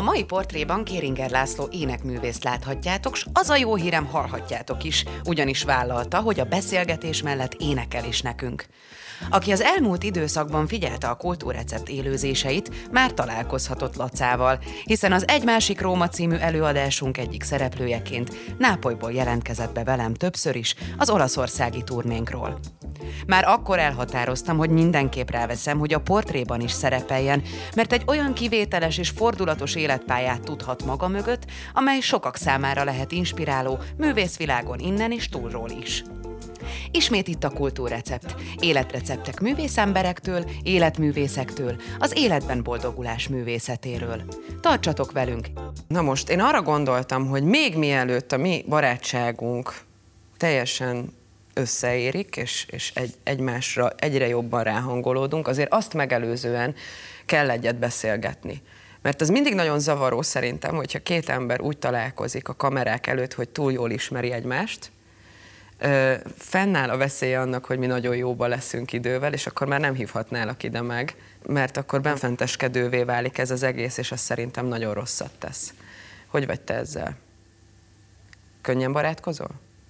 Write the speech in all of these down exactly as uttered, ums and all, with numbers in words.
A mai portréban Kéringer László énekművészt láthatjátok, s az a jó hírem, hallhatjátok is, ugyanis vállalta, hogy a beszélgetés mellett énekel is nekünk. Aki az elmúlt időszakban figyelte a Kultúrrecept élőzéseit, már találkozhatott Lacával, hiszen az Egy másik Róma című előadásunk egyik szereplőjeként Nápolyból jelentkezett be velem többször is az olaszországi turnénkról. Már akkor elhatároztam, hogy mindenképp ráveszem, hogy a portréban is szerepeljen, mert egy olyan kivételes és fordulatos életpályát tudhat maga mögött, amely sokak számára lehet inspiráló, művészvilágon innen és túlról is. Ismét itt a Kultúrrecept. Életreceptek művészemberektől, életművészektől, az életben boldogulás művészetéről. Tartsatok velünk! Na most én arra gondoltam, hogy még mielőtt a mi barátságunk teljesen összeérik, és, és egy, egymásra egyre jobban ráhangolódunk, azért azt megelőzően kell egyet beszélgetni. Mert ez mindig nagyon zavaró szerintem, hogyha két ember úgy találkozik a kamerák előtt, hogy túl jól ismeri egymást, Ö, fennáll a veszélye annak, hogy mi nagyon jóba leszünk idővel, és akkor már nem hívhatnálak ide meg, mert akkor benfenteskedővé válik ez az egész, és az szerintem nagyon rosszat tesz. Hogy vagy te ezzel? Könnyen barátkozol?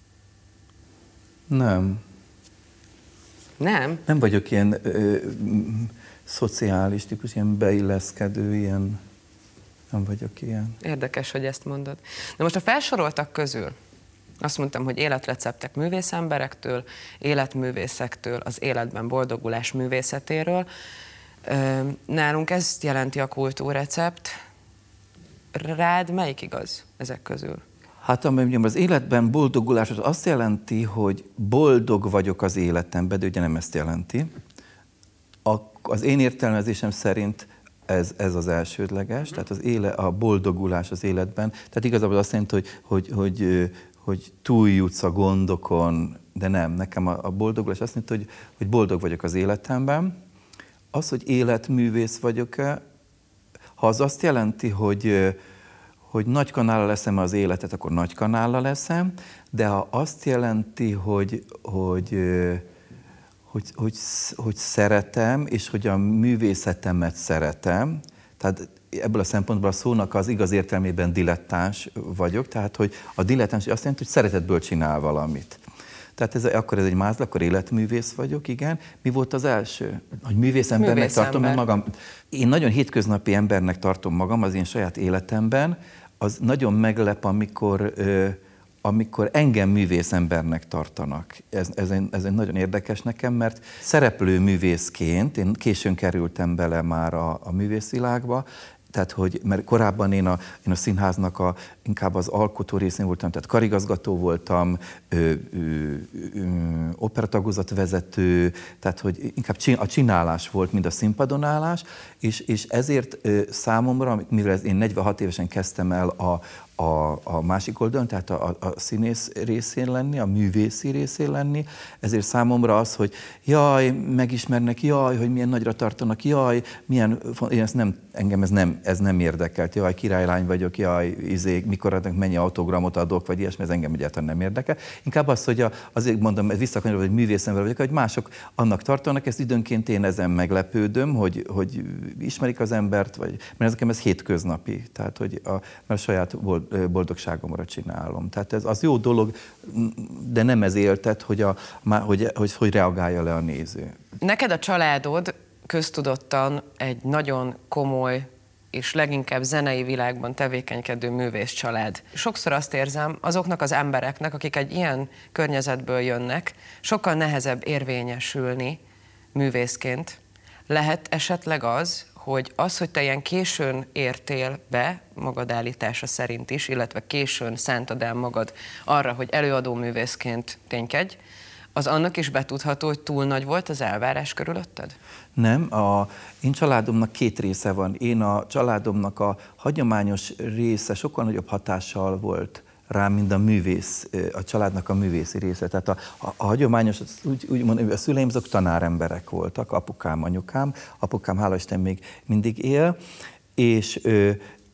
Nem. Nem? Nem vagyok ilyen ö, szociális típus, ilyen beilleszkedő, ilyen... Nem vagyok ilyen. Érdekes, hogy ezt mondod. Na most a felsoroltak közül azt mondtam, hogy életreceptek művészemberektől, életművészektől, az életben boldogulás művészetéről. Nálunk ezt jelenti a Kultúrrecept. Rád melyik igaz ezek közül? Hát mondjam, az életben boldogulás az azt jelenti, hogy boldog vagyok az életemben, de ugye nem ezt jelenti. A, az én értelmezésem szerint ez, ez az elsődleges, tehát az éle, a boldogulás az életben. Tehát igazából azt jelenti, hogy, hogy, hogy hogy túljutsz a gondokon, de nem, nekem a, a boldogulás azt mondta, hogy, hogy boldog vagyok az életemben. Az, hogy életművész vagyok-e, ha az azt jelenti, hogy, hogy nagy kanállal leszem az életet, akkor nagy kanállal leszem, de ha azt jelenti, hogy, hogy, hogy, hogy, hogy szeretem, és hogy a művészetemet szeretem, tehát ebből a szempontból a szónak az igaz értelmében dilettáns vagyok, tehát hogy a dilettáns azt jelenti, hogy szeretetből csinál valamit. Tehát ez, akkor ez egy mázla, akkor életművész vagyok, igen. Mi volt az első? Hogy művész embernek művész tartom ember. magam. Én nagyon hétköznapi embernek tartom magam az én saját életemben. Az nagyon meglep, amikor, amikor engem művész embernek tartanak. Ez, ez, ez nagyon érdekes nekem, mert szereplő művészként, én későn kerültem bele már a, a művészvilágba, tehát, hogy, mert korábban én a, én a színháznak a, inkább az alkotó részén voltam, tehát karigazgató voltam, ö, ö, ö, operatagozatvezető, tehát hogy inkább a csinálás volt, mint a színpadon állás, és, és ezért ö, számomra, mivel én negyvenhat évesen kezdtem el a, a, a másik oldalon, tehát a, a, a színész részén lenni, a művészi részén lenni, ezért számomra az, hogy jaj, megismernek, jaj, hogy milyen nagyra tartanak, jaj, milyen, én ezt nem, engem ez nem, ez nem érdekelt, jaj, királylány vagyok, jaj, izé, mikor adnak, mennyi autogramot adok, vagy ilyesmi, ez engem egyáltalán nem érdekel. Inkább az, hogy a, azért mondom, visszakanyarodva, hogy művészember vagyok, hogy mások annak tartanak, ezt időnként én ezen meglepődöm, hogy, hogy ismerik az embert, vagy, mert nekem ez hétköznapi, tehát hogy a, mert a saját boldogságomra csinálom. Tehát ez az jó dolog, de nem ez éltet, hogy, a, hogy, hogy, hogy reagálja le a néző. Neked a családod köztudottan egy nagyon komoly és leginkább zenei világban tevékenykedő művész család. Sokszor azt érzem, azoknak az embereknek, akik egy ilyen környezetből jönnek, sokkal nehezebb érvényesülni művészként. Lehet esetleg az, hogy az, hogy te ilyen későn értél be, magad állítása szerint is, illetve későn szántad el magad arra, hogy előadó művészként ténykedj, az annak is betudható, hogy túl nagy volt az elvárás körülötted? Nem, a én családomnak két része van. Én a családomnak a hagyományos része sokkal nagyobb hatással volt rám, mint a művész, a családnak a művészi része. Tehát a, a, a hagyományos, úgy, úgy mondom, a szüleim azok tanáremberek voltak, apukám, anyukám, apukám hála Isten még mindig él, és ö,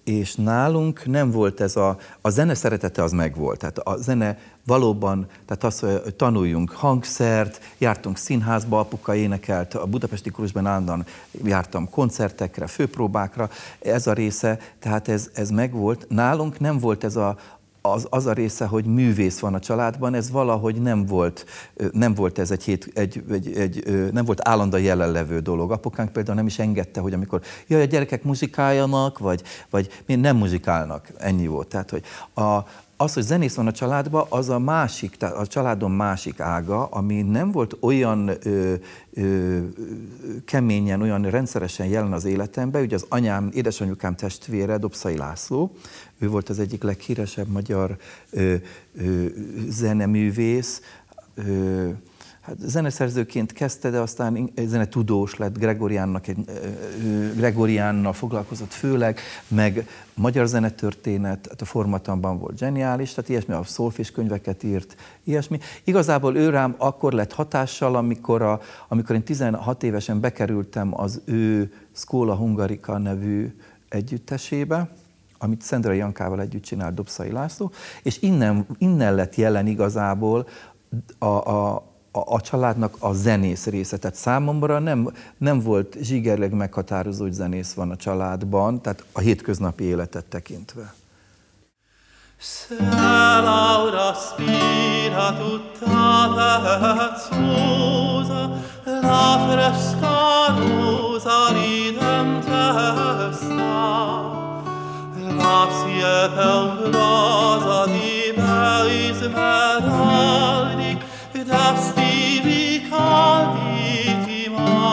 és nálunk nem volt ez a, a zene szeretete az megvolt. Tehát a zene valóban, tehát az, hogy tanuljunk hangszert, jártunk színházba, apuka énekelt, a Budapesti Kórusban állandóan jártam koncertekre, főpróbákra, ez a része, tehát ez, ez megvolt. Nálunk nem volt ez a, az, az a része, hogy művész van a családban, ez valahogy nem volt, nem volt ez egy, hét, egy, egy, egy nem volt állandóan jelenlevő dolog. Apukánk például nem is engedte, hogy amikor jaj, a gyerekek muzsikáljanak, vagy, vagy nem muzsikálnak, ennyi volt. Tehát, hogy a, az, hogy zenész van a családban, az a másik, tehát a családom másik ága, ami nem volt olyan ö, ö, keményen, olyan rendszeresen jelen az életemben. Ugye az anyám, édesanyukám testvére, Dobszai László, ő volt az egyik leghíresebb magyar ö, ö, zeneművész. Ö, hát zeneszerzőként kezdte, de aztán zenetudós lett, Gregoriánnak egy, Gregoriánnal foglalkozott főleg, meg magyar zenetörténet, hát a formatamban volt zseniális, tehát ilyesmi, a szólfés könyveket írt, ilyesmi. Igazából ő rám akkor lett hatással, amikor, a, amikor én tizenhat évesen bekerültem az ő Szkóla Hungarica nevű együttesébe, amit Szendrei Jankával együtt csinált Dobszai László, és innen, innen lett jelen igazából a, a a családnak a zenész része. Tehát számomra nem, nem volt zsigerleg meghatározó, hogy zenész van a családban, tehát a hétköznapi életet tekintve. Se Laura spira tutta vezzosa, la fresca rosa ridente sta, la siepe ombrosa di bei smeraldi, d'estivi caldi ti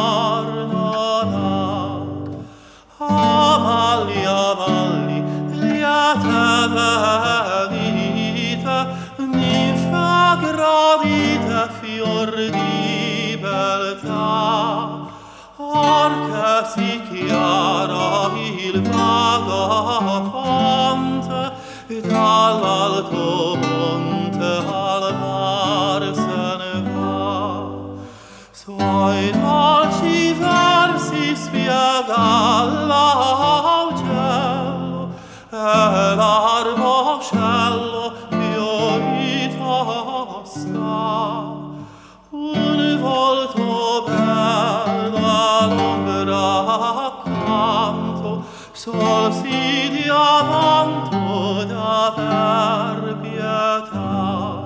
mardono. Amalli, amalli, liete venite, ninfa gradite fior di beltà, orche si chiara il vago ponte, dall'alto monte al mar se ne va. Suoi dolci versi spiega l'augello e l'arboscello fiorito sta. Un volto bello all'ombra accanto, sol si diavanto d'aver pietà.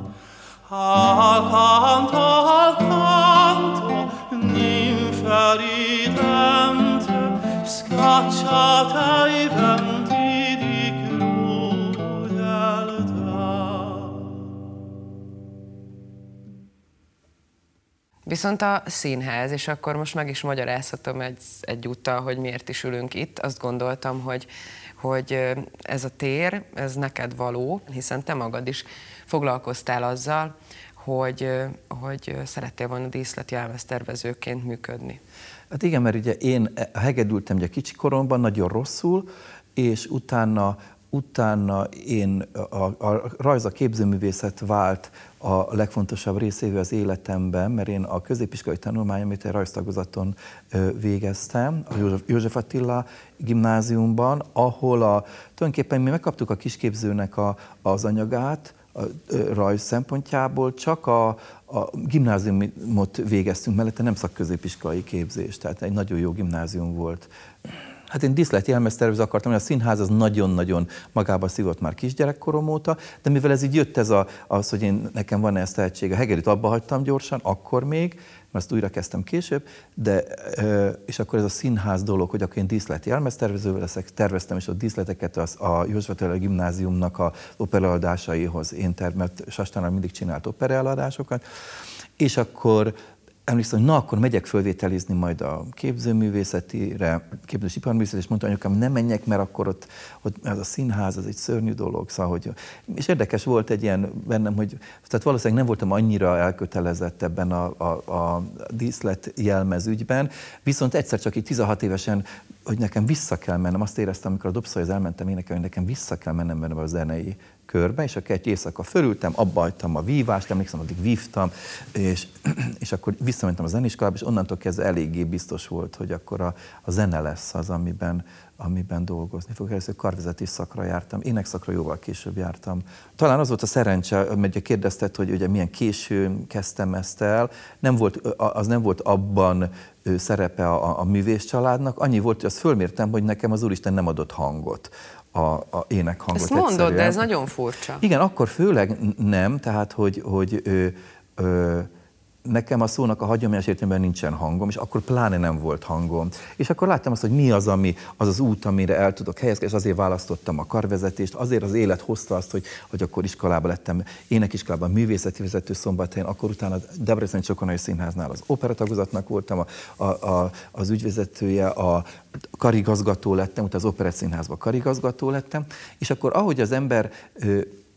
Accanto al canto, ninfe ridente, scacciate i venti di crudeltà. Viszont a színház, és akkor most meg is magyarázhatom egy, egyúttal, hogy miért is ülünk itt. Azt gondoltam, hogy, hogy ez a tér, ez neked való, hiszen te magad is foglalkoztál azzal, hogy, hogy szerettél volna díszleti jelmeztervezőként működni. Hát igen, mert ugye én hegedültem ugye kicsi koromban, nagyon rosszul, és utána, utána én a, a rajz, a képzőművészet vált a legfontosabb részévé az életemben, mert én a középiskolai tanulmányomat egy rajztagozaton végeztem, a József, József Attila gimnáziumban, ahol a, tulajdonképpen mi megkaptuk a kisképzőnek a, az anyagát, a rajz szempontjából, csak a, a gimnáziumot végeztünk, mellette nem szakközépiskolai képzés, tehát egy nagyon jó gimnázium volt. Hát én díszleti jelmeztervező akartam, mert a színház az nagyon-nagyon magába szívott már kisgyerekkorom óta, de mivel ez így jött ez a, az, hogy én, nekem van ez tehetség, a hegedűt abba hagytam gyorsan, akkor még, mert azt újra kezdtem később, de, és akkor ez a színház dolog, hogy akkor én díszleti jelmeztervező leszek, terveztem is ott díszleteket az, a József Attila gimnáziumnak a operaeladásaihoz, én termet, Sastánál mindig csinált operaeladásokat, és akkor emlékszem, hogy na, akkor megyek fölvételizni majd a képzőművészetire, képzős iparművészet, és mondta anyukám, nem menjek, mert akkor ott, ott ez a színház, az egy szörnyű dolog. Szóval, hogy, és érdekes volt egy ilyen bennem, hogy tehát valószínűleg nem voltam annyira elkötelezett ebben a, a, a díszletjelmez ügyben, viszont egyszer csak így tizenhat évesen, hogy nekem vissza kell mennem, azt éreztem, amikor a Dobszaihoz elmentem énekelni, hogy nekem vissza kell mennem benne a zenei körbe, és akkor egy éjszaka fölültem, abba hagytam a vívást, emlékszem, addig vívtam, és, és akkor visszamentem a zenéiskolába, és onnantól kezdve eléggé biztos volt, hogy akkor a, a zene lesz az, amiben, amiben dolgozni fogok. Először karvezetés szakra jártam, énekszakra jóval később jártam. Talán az volt a szerencse, mert kérdezted, hogy ugye milyen későn kezdtem ezt el. Nem volt, az nem volt abban szerepe a, a művész családnak, annyi volt, hogy azt fölmértem, hogy nekem az Úristen nem adott hangot. A, a énekhangot. Ezt mondod, egyszerűen. De ez nagyon furcsa. Igen, akkor főleg nem, tehát hogy, hogy ö, ö, nekem a szónak a hagyományos értelemben nincsen hangom, és akkor pláne nem volt hangom. És akkor láttam azt, hogy mi az, ami, az az út, amire el tudok helyezkedni, és azért választottam a karvezetést, azért az élet hozta azt, hogy, hogy akkor iskolában lettem, énekiskolában, művészeti vezető Szombathelyen, akkor utána a Debreceni Csokonai Színháznál az operatagozatnak voltam, a, a, a, az ügyvezetője, a karigazgató lettem, utána az Operettszínházban karigazgató lettem, és akkor ahogy az ember ö,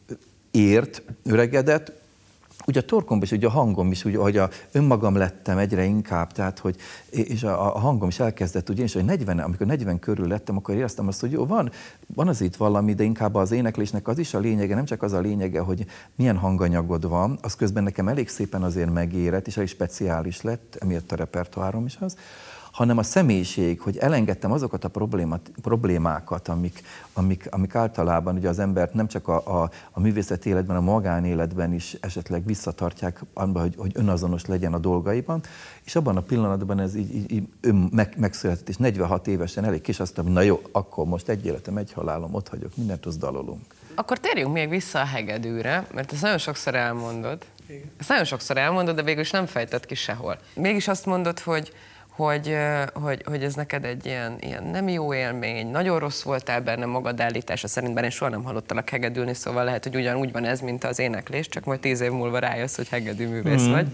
ért, öregedett, ugye a torkomban is, ugye a hangom is, ugye, hogy a önmagam lettem egyre inkább, tehát, hogy, és a, a hangom is elkezdett, ugye, és hogy negyven, amikor negyven körül lettem, akkor éreztem azt, hogy jó, van, van az itt valami, de inkább az éneklésnek az is a lényege, nem csak az a lényege, hogy milyen hanganyagod van, az közben nekem elég szépen azért megérett, és elég speciális lett, emiatt a repertoárom is az, hanem a személyiség, hogy elengedtem azokat a problémákat, amik, amik, amik általában ugye az embert nem csak a, a, a művészeti életben, a magánéletben is esetleg visszatartják abban, hogy, hogy önazonos legyen a dolgaiban, és abban a pillanatban ez így, így, így ön meg, megszületett, és negyvenhat évesen elég kis azt, hogy na jó, akkor most egy életem, egy halálom, ott hagyok, mindent, azt dalolunk. Akkor térjünk még vissza a hegedűre, mert ezt nagyon sokszor elmondod. Igen. Ezt nagyon sokszor elmondod, de végül is nem fejtett ki sehol. Mégis azt mondod, hogy Hogy, hogy, hogy ez neked egy ilyen, ilyen nem jó élmény, nagyon rossz voltál benne magad állítása szerint, bár én soha nem hallottalak hegedülni, szóval lehet, hogy ugyanúgy van ez, mint az éneklés, csak majd tíz év múlva rájössz, hogy hegedűművész mm. vagy.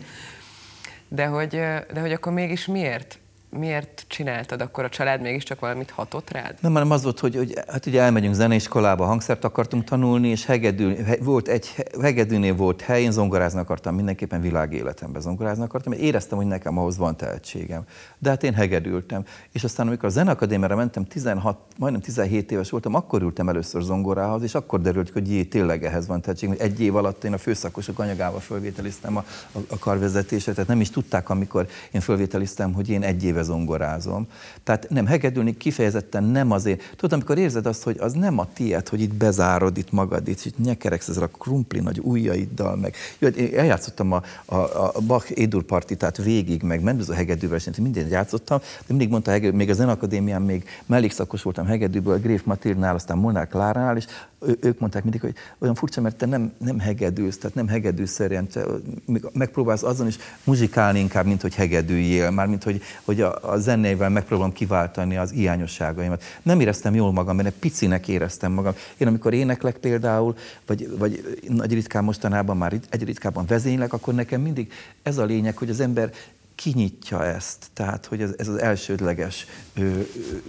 De hogy, de hogy akkor mégis miért? Miért csináltad? Akkor a család mégiscsak valamit hatott rád? Nem, hanem az volt, hogy, hogy hát ugye elmegyünk zeneiskolába, hangszert akartunk tanulni, és hegedű, volt egy, hegedűnél volt hely, én zongorázni akartam, mindenképpen világéletemben zongorázni akartam, mert éreztem, hogy nekem ahhoz van tehetségem. De hát én hegedültem. És aztán, amikor a Zeneakadémiára mentem, tizenhat, majdnem tizenhét éves voltam, akkor ültem először zongorához, és akkor derült, hogy jé, tényleg ehhez van tehetségem. Egy év alatt én a főszakosok anyagával fölvételiztem a, a, a karvezetésre, tehát nem is tudták, amikor én fölvételiztem, hogy én egy éve zongorázom. Tehát nem, hegedülni kifejezetten nem azért. Tudod, amikor érzed azt, hogy az nem a tiéd, hogy itt bezárod itt magad, itt, itt nyekeregsz ezzel a krumpli nagy ujjaiddal, meg. Jó, én eljátszottam a, a, a Bach Édur partitát végig, meg Mendelssohn hegedűversenyt, mindent játszottam, de mindig mondta, hegedű, még a Zeneakadémián még mellékszakos voltam hegedűből, Gréf Matildnál, aztán Molnár Kláránál, és ők mondták mindig, hogy olyan furcsa, mert te nem, nem hegedülsz, tehát nem hegedűszerűen, megpróbálsz azon is muzsikálni inkább, mint hogy hegedűjél, mármint hogy, hogy a, a zenével megpróbálom kiváltani az hiányosságaimat. Nem éreztem jól magam, mert picinek éreztem magam. Én amikor éneklek például, vagy, vagy nagy ritkán mostanában már egy ritkábban vezénylek, akkor nekem mindig ez a lényeg, hogy az ember kinyitja ezt, tehát hogy ez, ez az elsődleges, ö, ö,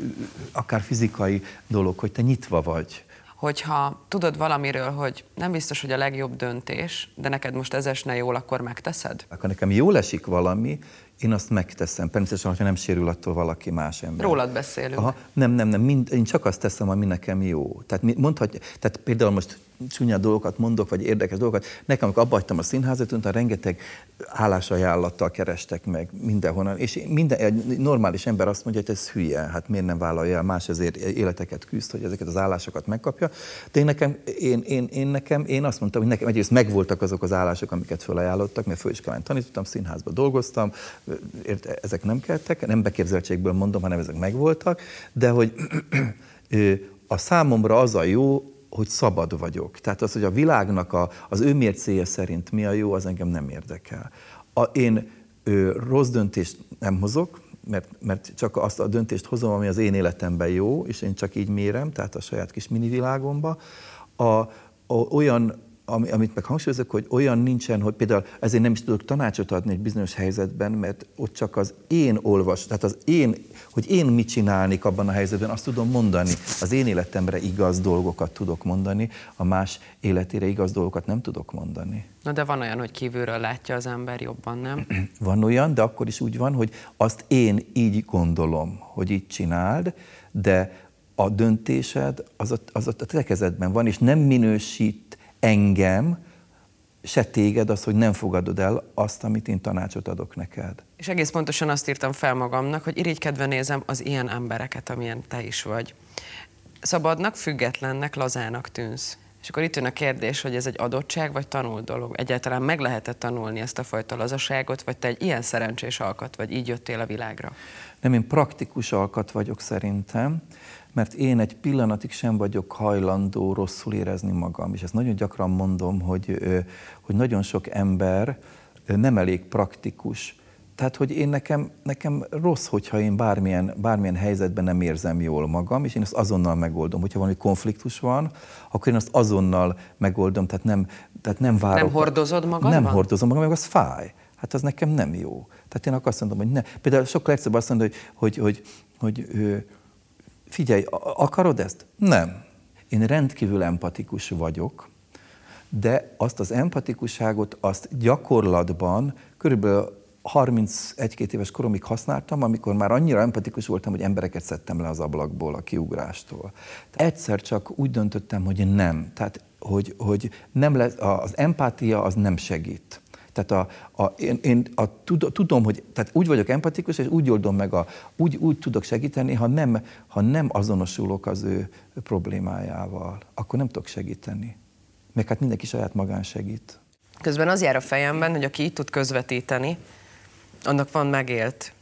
akár fizikai dolog, hogy te nyitva vagy. Hogyha tudod valamiről, hogy nem biztos, hogy a legjobb döntés, de neked most ez esne jól, akkor megteszed? Ha nekem jól esik valami, én azt megteszem. Természetesen, hogyha nem sérül attól valaki más ember. Rólad beszélünk. Aha, nem, nem, nem. Mind, én csak azt teszem, ami nekem jó. Tehát, mondhatja, tehát például most csúnya dolgokat mondok, vagy érdekes dolgokat. Nekem, amikor abba hagytam a színházat, utána rengeteg állásajánlattal kerestek meg mindenhonnan. És minden egy normális ember azt mondja, hogy ez hülye, hát miért nem vállalja el, más ezért életeket küzd, hogy ezeket az állásokat megkapja. De én nekem, én, én, én, nekem, én azt mondtam, hogy nekem egyrészt megvoltak azok az állások, amiket felajánlottak, mert főiskolán tanítottam, színházban dolgoztam, ezek nem kellettek, nem beképzeltségből mondom, hanem ezek megvoltak, de hogy a számomra az a jó, hogy szabad vagyok. Tehát az, hogy a világnak a, az ő mércéje szerint mi a jó, az engem nem érdekel. A, én ö, rossz döntést nem hozok, mert, mert csak azt a döntést hozom, ami az én életemben jó, és én csak így mérem, tehát a saját kis mini világomba. A, a, olyan, amit meg hangsúlyozok, hogy olyan nincsen, hogy például ezért nem is tudok tanácsot adni egy bizonyos helyzetben, mert ott csak az én olvas, tehát az én, hogy én mit csinálnék abban a helyzetben, azt tudom mondani. Az én életemre igaz dolgokat tudok mondani, a más életére igaz dolgokat nem tudok mondani. Na de van olyan, hogy kívülről látja az ember jobban, nem? Van olyan, de akkor is úgy van, hogy azt én így gondolom, hogy így csináld, de a döntésed az a, az a te kezedben van, és nem minősít engem, se téged az, hogy nem fogadod el azt, amit én tanácsot adok neked. És egész pontosan azt írtam fel magamnak, hogy irigykedve nézem az ilyen embereket, amilyen te is vagy. szabadnak, függetlennek, lazának tűnsz. És akkor itt jön a kérdés, hogy ez egy adottság, vagy tanult dolog. Egyáltalán meg lehet-e tanulni ezt a fajta lazaságot, vagy te egy ilyen szerencsés alkat vagy, így jöttél a világra? Nem, én praktikus alkat vagyok szerintem, mert én egy pillanatig sem vagyok hajlandó rosszul érezni magam. És ezt nagyon gyakran mondom, hogy, hogy nagyon sok ember nem elég praktikus. Tehát, hogy én nekem, nekem rossz, hogyha én bármilyen, bármilyen helyzetben nem érzem jól magam, és én ezt azonnal megoldom. Hogyha valami konfliktus van, akkor én azt azonnal megoldom, tehát nem, tehát nem várok. Nem hordozod magadban? Nem hordozom magam, meg az fáj. Hát az nekem nem jó. Tehát én akkor azt mondom, hogy ne. Például sokkal egyszerűbb azt mondani, hogy, hogy, hogy, hogy figyelj, akarod ezt? Nem. Én rendkívül empatikus vagyok, de azt az empatikusságot, azt gyakorlatban körülbelül harmincegy-két éves koromig használtam, amikor már annyira empatikus voltam, hogy embereket szedtem le az ablakból, a kiugrástól. Egyszer csak úgy döntöttem, hogy nem. Tehát, hogy, hogy nem lesz, az empátia az nem segít. Tehát a, a, én, én a, tudom, hogy tehát úgy vagyok empatikus, és úgy oldom meg, a, úgy, úgy tudok segíteni, ha nem, ha nem azonosulok az ő problémájával, akkor nem tudok segíteni. Meg hát mindenki saját magán segít. Közben az jár a fejemben, hogy aki így tud közvetíteni, annak van megélt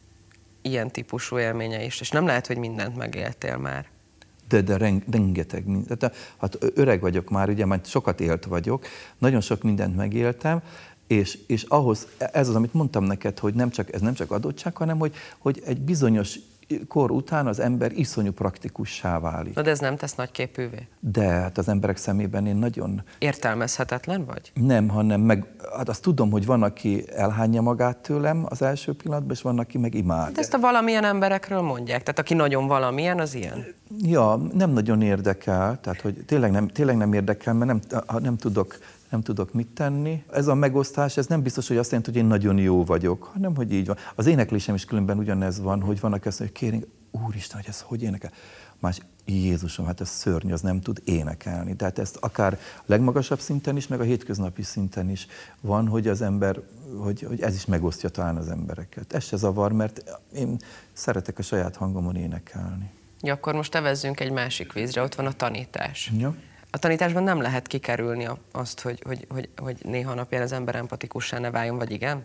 ilyen típusú élménye is, és nem lehet, hogy mindent megéltél már. De, de rengeteg mindent. Hát öreg vagyok már, ugye már sokat élt vagyok, nagyon sok mindent megéltem, és, és ahhoz, ez az, amit mondtam neked, hogy nem csak, ez nem csak adottság, hanem hogy, hogy egy bizonyos kor után az ember iszonyú praktikussá válik. Na de ez nem tesz nagyképűvé? De hát az emberek szemében én nagyon... Értelmezhetetlen vagy? Nem, hanem meg, hát azt tudom, hogy van, aki elhányja magát tőlem az első pillanatban, és van, aki meg imád. De ezt a valamilyen emberekről mondják, tehát aki nagyon valamilyen, az ilyen? Ja, nem nagyon érdekel, tehát hogy tényleg nem, tényleg nem érdekel, mert nem, nem tudok... nem tudok mit tenni. Ez a megosztás, ez nem biztos, hogy azt jelenti, hogy én nagyon jó vagyok, hanem hogy így van. Az éneklésem is különben ugyanez van, hogy vannak ezt, hogy kérünk, úristen, hogy ez hogy énekel? Más, Jézusom, hát ez szörnyű, az nem tud énekelni. Tehát ezt akár a legmagasabb szinten is, meg a hétköznapi szinten is van, hogy az ember, hogy, hogy ez is megosztja talán az embereket. Ez se zavar, mert én szeretek a saját hangomon énekelni. Ja, akkor most evezzünk egy másik vízre, ott van a tanítás. Ja. A tanításban nem lehet kikerülni azt, hogy, hogy, hogy, hogy néha napján az ember empatikussá ne váljon, vagy igen?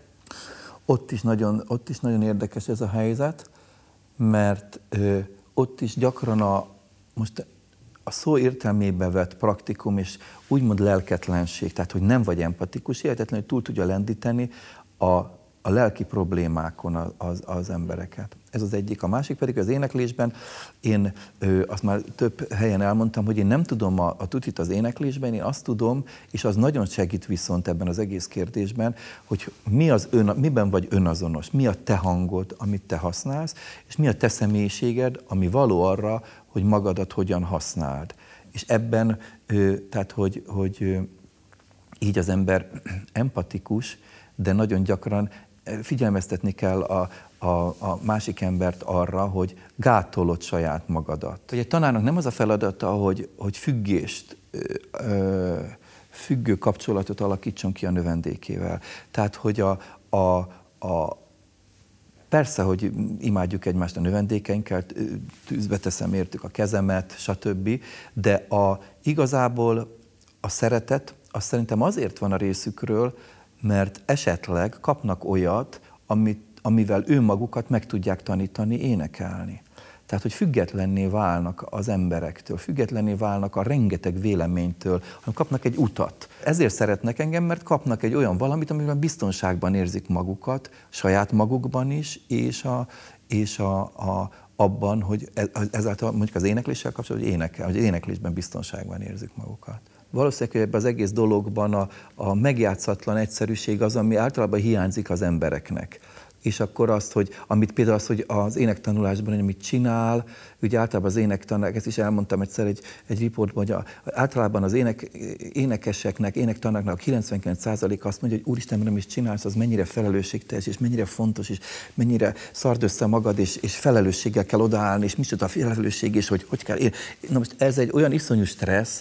Ott is nagyon, ott is nagyon érdekes ez a helyzet, mert ö, ott is gyakran a, most a szó értelmében vett praktikum és úgymond lelketlenség, tehát hogy nem vagy empatikus, hihetetlenül túl tudja lendíteni a, a lelki problémákon az, az, az embereket. Ez az egyik. A másik pedig az éneklésben, én ö, azt már több helyen elmondtam, hogy én nem tudom a, a tutit az éneklésben, én azt tudom, és az nagyon segít viszont ebben az egész kérdésben, hogy mi az ön, miben vagy önazonos, mi a te hangod, amit te használsz, és mi a te személyiséged, ami való arra, hogy magadat hogyan használd. És ebben, ö, tehát hogy, hogy ö, így az ember empatikus, de nagyon gyakran figyelmeztetni kell a, a, a másik embert arra, hogy gátolod saját magadat. Hogy egy tanárnak nem az a feladata, hogy, hogy függést, ö, függő kapcsolatot alakítson ki a növendékével. Tehát, hogy a, a, a persze, hogy imádjuk egymást a növendékeinkkel, tűzbe teszem értük a kezemet, stb., de a, igazából a szeretet, az szerintem azért van a részükről, mert esetleg kapnak olyat, amit, amivel önmagukat meg tudják tanítani, énekelni. Tehát, hogy függetlenné válnak az emberektől, függetlenné válnak a rengeteg véleménytől, hanem kapnak egy utat. Ezért szeretnek engem, mert kapnak egy olyan valamit, amiben biztonságban érzik magukat, saját magukban is, és, a, és a, a, abban, hogy ezáltal mondjuk az énekléssel kapcsolatban, hogy, énekel, hogy éneklésben biztonságban érzik magukat. Valószínűleg, hogy ebben az egész dologban a, a megjátszatlan egyszerűség az, ami általában hiányzik az embereknek. És akkor azt, hogy amit például az, hogy az énektanulásban, hogy amit csinál, ugye általában az énektanár, ezt is elmondtam egyszer egy, egy riportban, hogy a, általában az ének, énekeseknek, énektanárnak a kilencvenkilenc százalék azt mondja, hogy úristen, nem is csinálsz, az mennyire felelősségteljes, és mennyire fontos, és mennyire szard össze magad, és, és felelősséggel kell odaállni, és micsoda a felelősség, és hogy hogy kell. Na most ez egy olyan iszonyú stressz,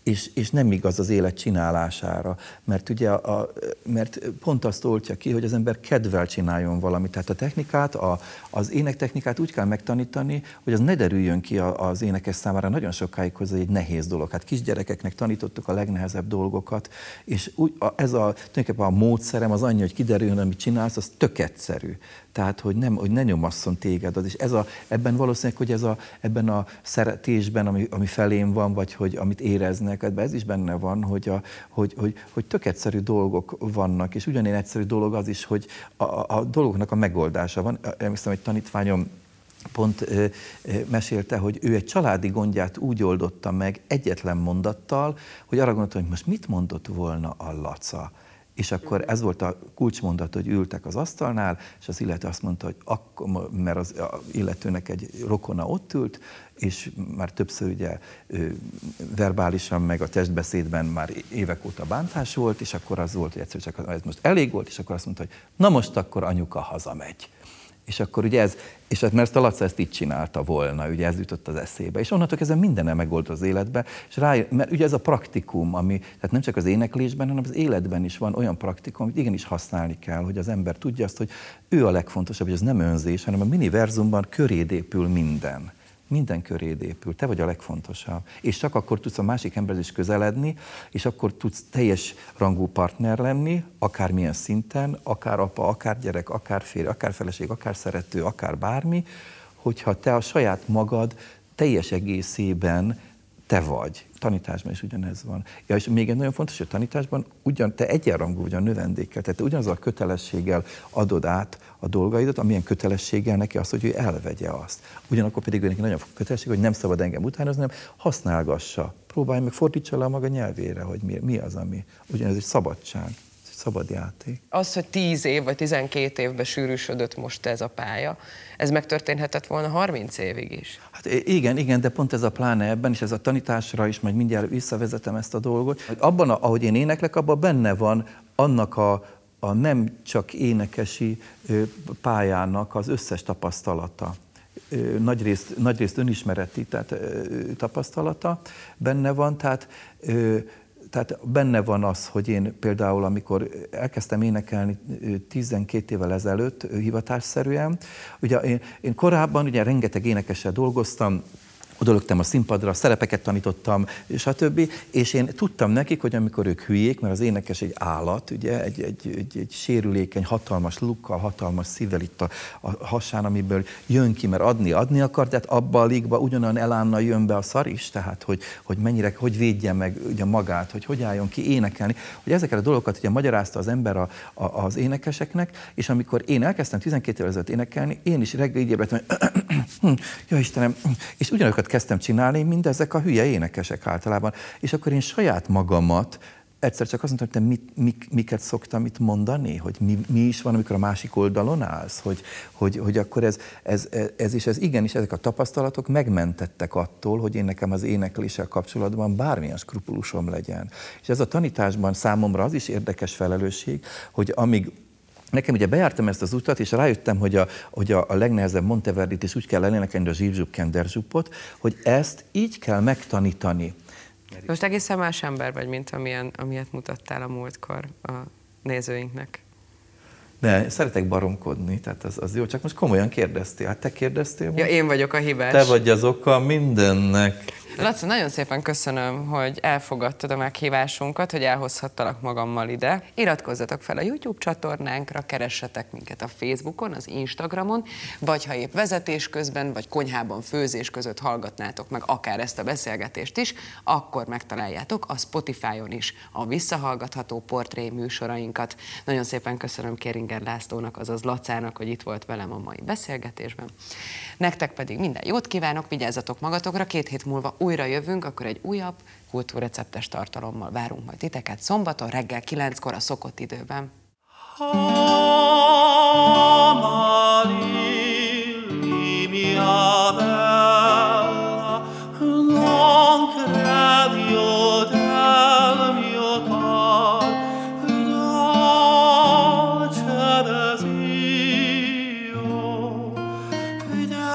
és, és nem igaz az élet csinálására, mert ugye a, a, mert pont azt oltja ki, hogy az ember kedvel csináljon valamit. Tehát a technikát, a, az énektechnikát úgy kell megtanítani, hogy az ne derüljön ki az énekes számára nagyon sokáig, hogy ez egy nehéz dolog. Hát kisgyerekeknek tanítottuk a legnehezebb dolgokat, és úgy, a, ez a, tulajdonképpen a módszerem az annyi, hogy kiderüljön, amit csinálsz, az tök egyszerű. Tehát, hogy, nem, hogy ne nyomasszon téged az. És ez a, ebben valószínűleg, hogy ez a, ebben a szeretésben, ami, ami felém van, vagy hogy amit éreznek, ebben ez is benne van, hogy, a, hogy, hogy, hogy tök egyszerű dolgok vannak, és ugyanilyen egyszerű dolog az is, hogy a, a dolgoknak a megoldása van. Emlékszem, hogy tanítványom pont ö, ö, mesélte, hogy ő egy családi gondját úgy oldotta meg egyetlen mondattal, hogy arra gondolta, hogy most mit mondott volna a Laca. És akkor ez volt a kulcsmondat, hogy ültek az asztalnál, és az illető azt mondta, hogy akkor, mert az illetőnek egy rokona ott ült, és már többször ugye verbálisan, meg a testbeszédben már évek óta bántás volt, és akkor az volt, hogy egyszer csak ez most elég volt, és akkor azt mondta, hogy na most akkor anyuka hazamegy. És akkor ugye ez, és mert ezt a Laca ezt így csinálta volna, ugye ez jutott az eszébe. És onnantól kezdve mindennel megold az életbe, és rájön, mert ugye ez a praktikum, ami, tehát nem csak az éneklésben, hanem az életben is van olyan praktikum, amit igenis használni kell, hogy az ember tudja azt, hogy ő a legfontosabb, hogy ez nem önzés, hanem a miniverzumban köréd épül minden. Minden köréd épül, te vagy a legfontosabb. És csak akkor tudsz a másik emberhez is közeledni, és akkor tudsz teljes rangú partner lenni, akármilyen szinten, akár apa, akár gyerek, akár férj, akár feleség, akár szerető, akár bármi, hogyha te a saját magad teljes egészében te vagy. Tanításban is ugyanez van. Ja, és még egy nagyon fontos, hogy a tanításban ugyan, te egyenrangú vagy a növendékkel, tehát te ugyanazzal a kötelességgel adod át a dolgaidat, amilyen kötelességgel neki az, hogy ő elvegye azt. Ugyanakkor pedig ő neki nagyon kötelesség, hogy nem szabad engem utánozni, hanem használgassa. Próbálj meg, fordítsa le a maga nyelvére, hogy mi, mi az, ami. Ugyanez egy szabadság. Szabad játék. Az, hogy tíz év vagy tizenkét évben sűrűsödött most ez a pálya, ez megtörténhetett volna harminc évig is. Hát igen, igen, de pont ez a pláne ebben, és ez a tanításra is, majd mindjárt visszavezetem ezt a dolgot, hogy abban, ahogy én éneklek, abban benne van annak a, a nem csak énekesi pályának az összes tapasztalata. Nagyrészt, nagyrészt önismereti tehát, tapasztalata benne van, tehát Tehát benne van az, hogy én például, amikor elkezdtem énekelni tizenkét évvel ezelőtt hivatásszerűen, ugye én, én korábban ugye rengeteg énekessel dolgoztam, odalögtem a színpadra, szerepeket tanítottam, stb. És én tudtam nekik, hogy amikor ők hülyék, mert az énekes egy állat, ugye, egy, egy, egy, egy sérülékeny, hatalmas lukkal, hatalmas szívvel itt a, a hasán, amiből jön ki, mert adni, adni akar, tehát abba a ligba ugyanolyan elánnal jön be a szar is, tehát hogy, hogy mennyire, hogy védje meg ugye magát, hogy hogy álljon ki énekelni, hogy ezeket a dolgokat ugye magyarázta az ember a, a, az énekeseknek, és amikor én elkezdtem tizenkét évvel ezelőtt énekelni, én is reggel így ébredtem, hogy ja Istenem, és ugyanokat kezdtem csinálni, mint ezek a hülye énekesek általában. És akkor én saját magamat egyszer csak azt mondtam, hogy te mit, mik, miket szoktam itt mondani, hogy mi, mi is van, amikor a másik oldalon állsz, hogy, hogy, hogy akkor ez, ez, ez is, ez igenis, ezek a tapasztalatok megmentettek attól, hogy én nekem az énekléssel kapcsolatban bármilyen skrupulusom legyen. És ez a tanításban számomra az is érdekes felelősség, hogy amíg nekem ugye bejártam ezt az utat, és rájöttem, hogy a, hogy a, a legnehezebb Monteverdit is úgy kell elénekelni, a Zsírzsup Kenderzsupot, hogy ezt így kell megtanítani. Most egészen más ember vagy, mint amilyen, amilyet mutattál a múltkor a nézőinknek. De szeretek baromkodni, tehát az, az jó, csak most komolyan kérdeztél. Hát te kérdeztél most? Ja, én vagyok a hibás. Te vagy az oka mindennek. Laca, nagyon szépen köszönöm, hogy elfogadtad a meghívásunkat, hogy elhozhattalak magammal ide. Iratkozzatok fel a YouTube csatornánkra, keressetek minket a Facebookon, az Instagramon, vagy ha épp vezetés közben, vagy konyhában főzés között hallgatnátok meg akár ezt a beszélgetést is, akkor megtaláljátok a Spotify-on is a visszahallgatható portré műsorainkat. Nagyon szépen köszönöm Kéringer Lászlónak, azaz Lacának, hogy itt volt velem a mai beszélgetésben. Nektek pedig minden jót kívánok, vigyázzatok magatokra, két hét múlva újra jövünk, akkor egy újabb kultúrreceptes tartalommal várunk majd titeket szombaton reggel kilenckor a szokott időben.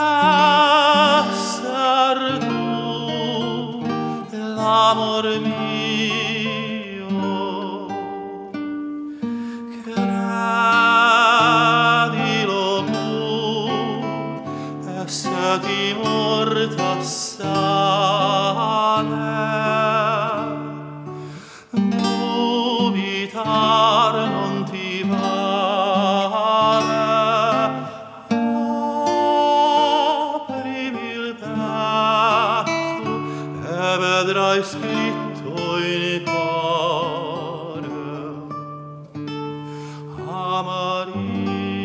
Amor mío. morta sane dubitar non ti vale aprimi il petto e vedrai scritto in cuore Amarini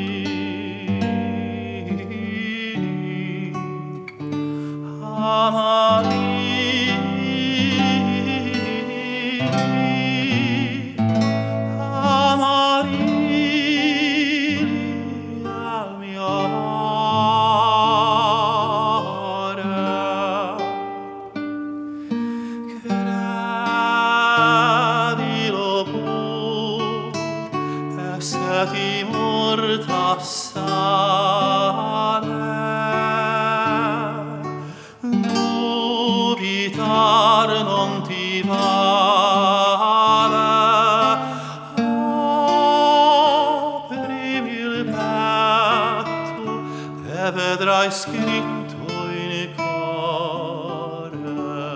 vedrai scritto in cuore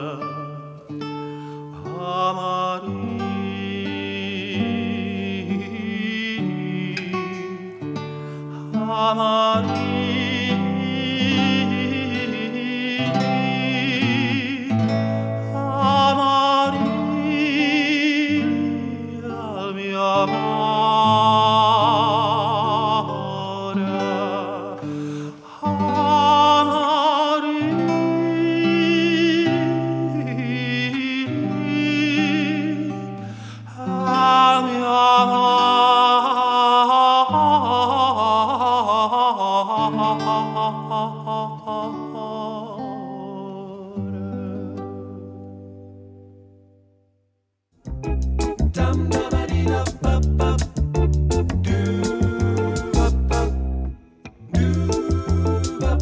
Amarini Amarini Amarini al mio amore amore.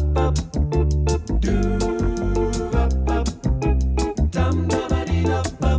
Dum